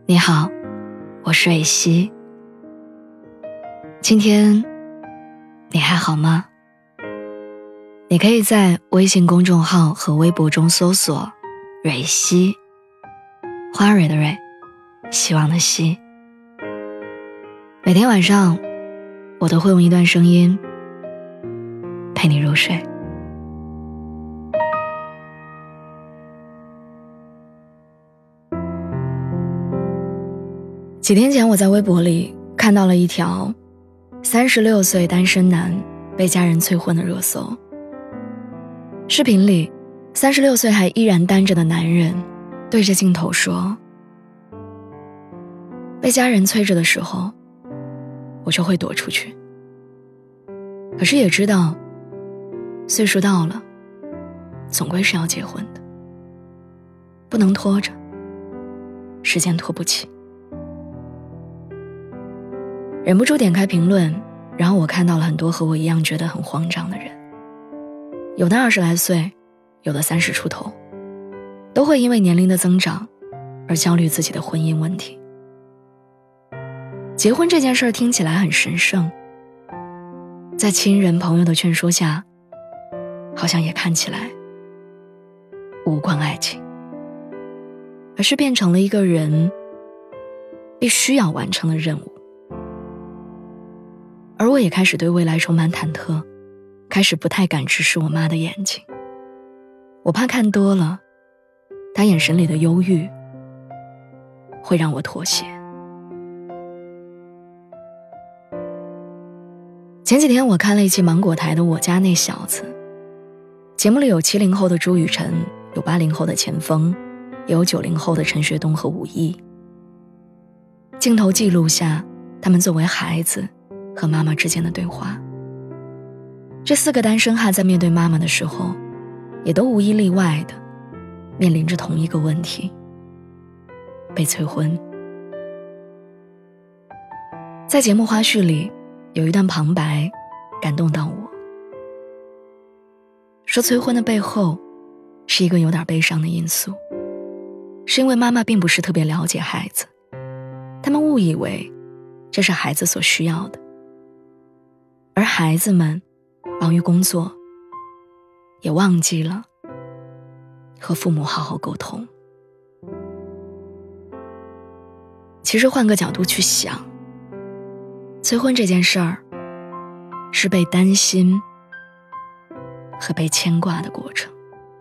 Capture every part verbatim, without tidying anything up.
你好，我是蕊希。今天你还好吗？你可以在微信公众号和微博中搜索蕊希，花蕊的蕊，希望的希。每天晚上我都会用一段声音陪你入睡。几天前我在微博里看到了一条三十六岁单身男被家人催婚的热搜。视频里三十六岁还依然单着的男人对着镜头说，被家人催着的时候我就会躲出去，可是也知道岁数到了总归是要结婚的，不能拖着，时间拖不起。忍不住点开评论，然后我看到了很多和我一样觉得很慌张的人，有的二十来岁，有的三十出头，都会因为年龄的增长而焦虑自己的婚姻问题。结婚这件事听起来很神圣，在亲人朋友的劝说下，好像也看起来无关爱情，而是变成了一个人必须要完成的任务。而我也开始对未来充满忐忑，开始不太敢直视我妈的眼睛，我怕看多了她眼神里的忧郁会让我妥协。前几天我看了一期芒果台的我家那小子，节目里有七零后的朱雨辰，有八零后的钱枫，也有九零后的陈学冬和吴毅。镜头记录下他们作为孩子和妈妈之间的对话。这四个单身汉在面对妈妈的时候，也都无一例外的面临着同一个问题：被催婚。在节目花絮里有一段旁白感动到我，说催婚的背后是一个有点悲伤的因素，是因为妈妈并不是特别了解孩子，他们误以为这是孩子所需要的，而孩子们忙于工作，也忘记了和父母好好沟通。其实换个角度去想，催婚这件事儿是被担心和被牵挂的过程。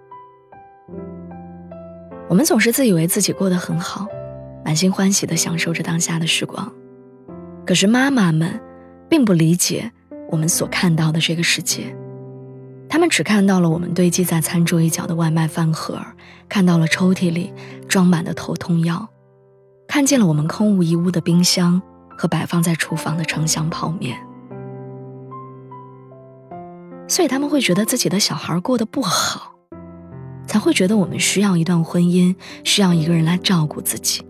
我们总是自以为自己过得很好，满心欢喜地享受着当下的时光，可是妈妈们并不理解我们所看到的这个世界，他们只看到了我们堆积在餐桌一角的外卖饭盒，看到了抽屉里装满的头痛药，看见了我们空无一物的冰箱和摆放在厨房的成箱泡面。所以他们会觉得自己的小孩过得不好，才会觉得我们需要一段婚姻，需要一个人来照顾自己。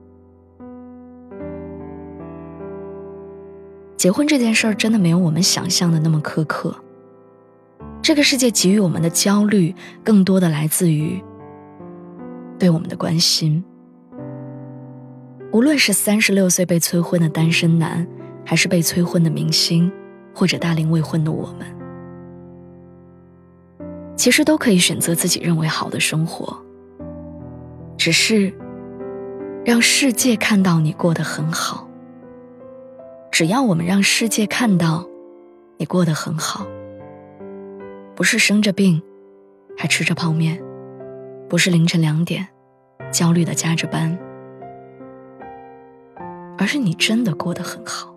结婚这件事儿真的没有我们想象的那么苛刻，这个世界给予我们的焦虑更多的来自于对我们的关心。无论是三十六岁被催婚的单身男，还是被催婚的明星，或者大龄未婚的我们，其实都可以选择自己认为好的生活，只是让世界看到你过得很好。只要我们让世界看到你过得很好，不是生着病还吃着泡面，不是凌晨两点焦虑地加着班，而是你真的过得很好。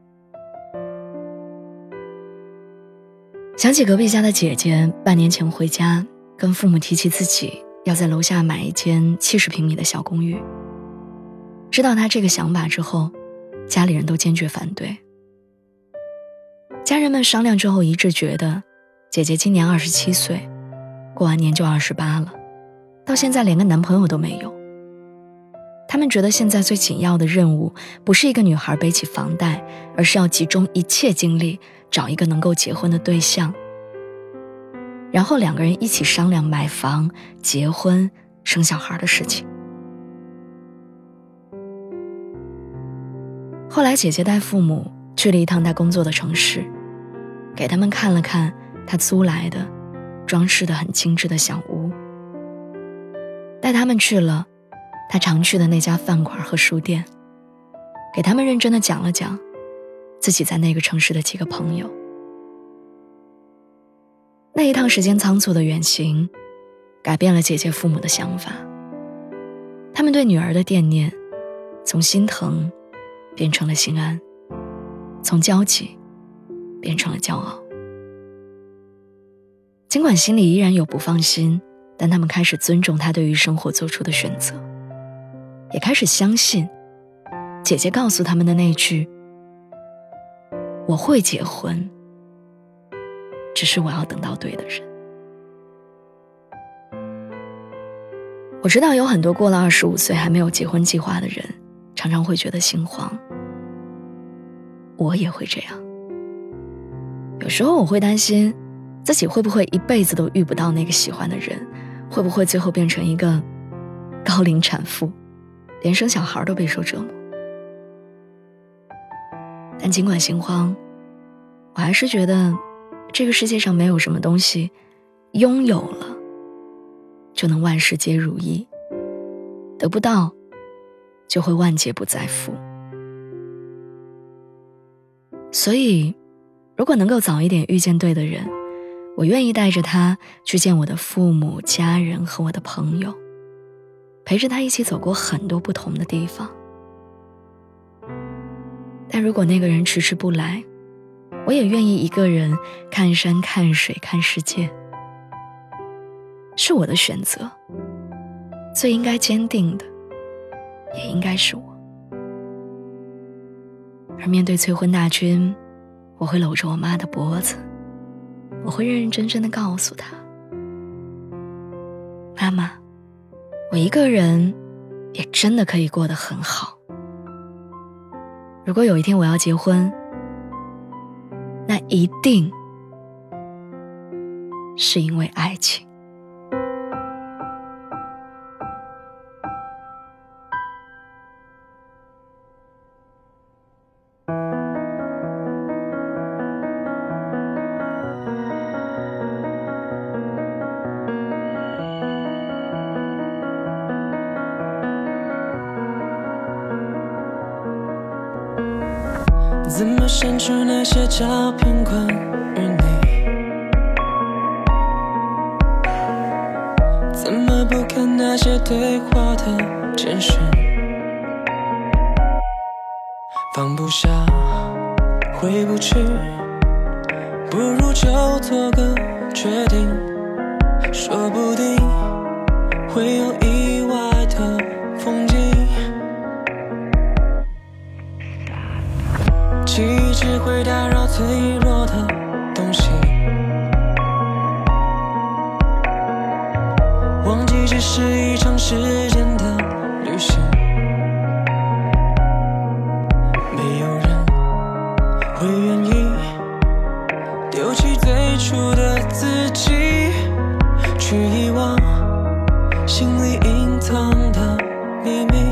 想起隔壁家的姐姐半年前回家跟父母提起自己要在楼下买一间七十平米的小公寓，知道她这个想法之后，家里人都坚决反对。家人们商量之后一致觉得姐姐今年二十七岁，过完年就二十八了，到现在连个男朋友都没有。他们觉得现在最紧要的任务不是一个女孩背起房贷，而是要集中一切精力找一个能够结婚的对象，然后两个人一起商量买房、结婚、生小孩的事情。 后来姐姐带父母去了一趟她工作的城市，给他们看了看她租来的装饰得很精致的小屋，带他们去了她常去的那家饭馆和书店，给他们认真地讲了讲自己在那个城市的几个朋友。那一趟时间仓促的远行改变了姐姐父母的想法，他们对女儿的惦念从心疼变成了心安，从焦急变成了骄傲。尽管心里依然有不放心，但他们开始尊重她对于生活做出的选择，也开始相信姐姐告诉他们的那句我会结婚，只是我要等到对的人。我知道有很多过了二十五岁还没有结婚计划的人常常会觉得心慌，我也会这样。有时候我会担心自己会不会一辈子都遇不到那个喜欢的人，会不会最后变成一个高龄产妇，连生小孩都备受折磨。但尽管心慌，我还是觉得这个世界上没有什么东西拥有了就能万事皆如意，得不到就会万劫不再复。所以如果能够早一点遇见对的人，我愿意带着他去见我的父母、家人和我的朋友，陪着他一起走过很多不同的地方。但如果那个人迟迟不来，我也愿意一个人看山看水看世界。是我的选择，最应该坚定的也应该是我。而面对催婚大军，我会搂着我妈的脖子，我会认认真真的告诉她，妈妈，我一个人也真的可以过得很好。如果有一天我要结婚，那一定是因为爱情。 怎么删除那些照片关于你？怎么不看那些对话的简讯？放不下，回不去，不如就做个决定，说不定会有意外的风景。记忆只会打扰脆弱的东西，忘记只是一场时间的旅行。没有人会愿意丢弃最初的自己，去遗忘心里隐藏的秘密。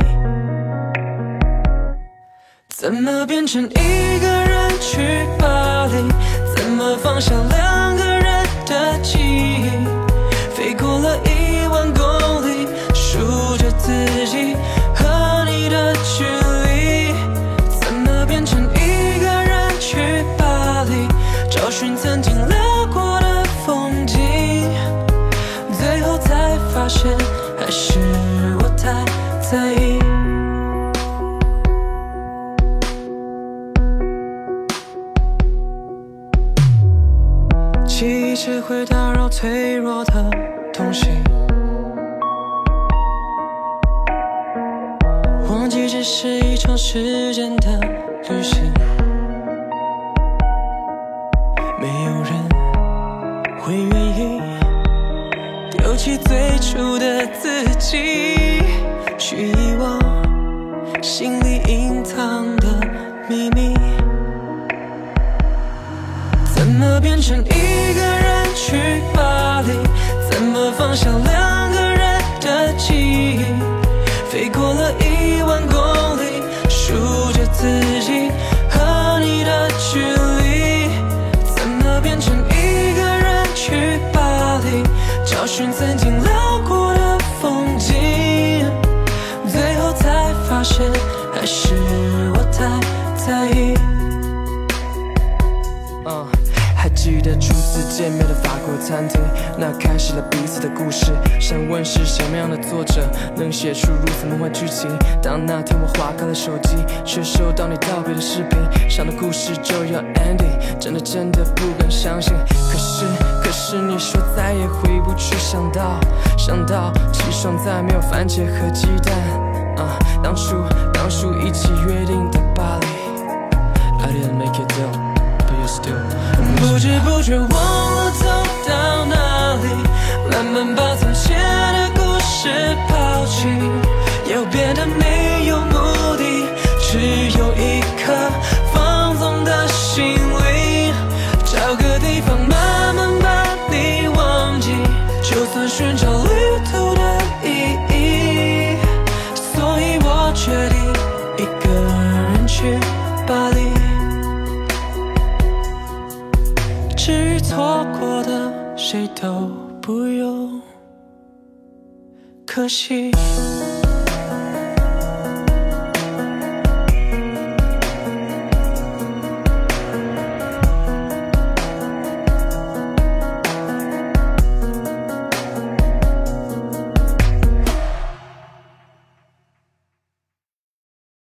怎么变成一个人去巴黎？怎么放下两个人的记忆？飞过了一万公里，数着自己和你的距离。怎么变成一个人去巴黎？找寻曾经聊过的风景，最后才发现还是我太在意。记忆只会打扰脆弱的东西，忘记只是一场时间的旅行。没有人会愿意丢弃最初的自己，去遗忘心里隐藏的秘密。怎么变成一个人去巴黎？怎么放下两个人的记忆？飞过了一万公里，数着自己找寻曾经辽阔的风景，最后才发现还是我太在意。Uh, 还记得初次见面的法国餐厅，那开始了彼此的故事。想问是什么样的作者能写出如此梦幻剧情？当那天我划开了手机，却收到你道别的视频，想的故事就要 ending， 真的真的不敢相信。可是可是你说再也回不去，想到想到起床再没有番茄和鸡蛋。啊、uh, 当初当初一起约定的巴黎 I didn't make it though，but you're still。 不知不觉忘了走到哪里，慢慢把从前的故事抛弃，又变得没有目的，只有一颗放纵的心灵，找个地方慢慢把你忘记，就算寻找旅途的意义，所以我决定一个人去巴黎。至于错过的谁都不用可惜。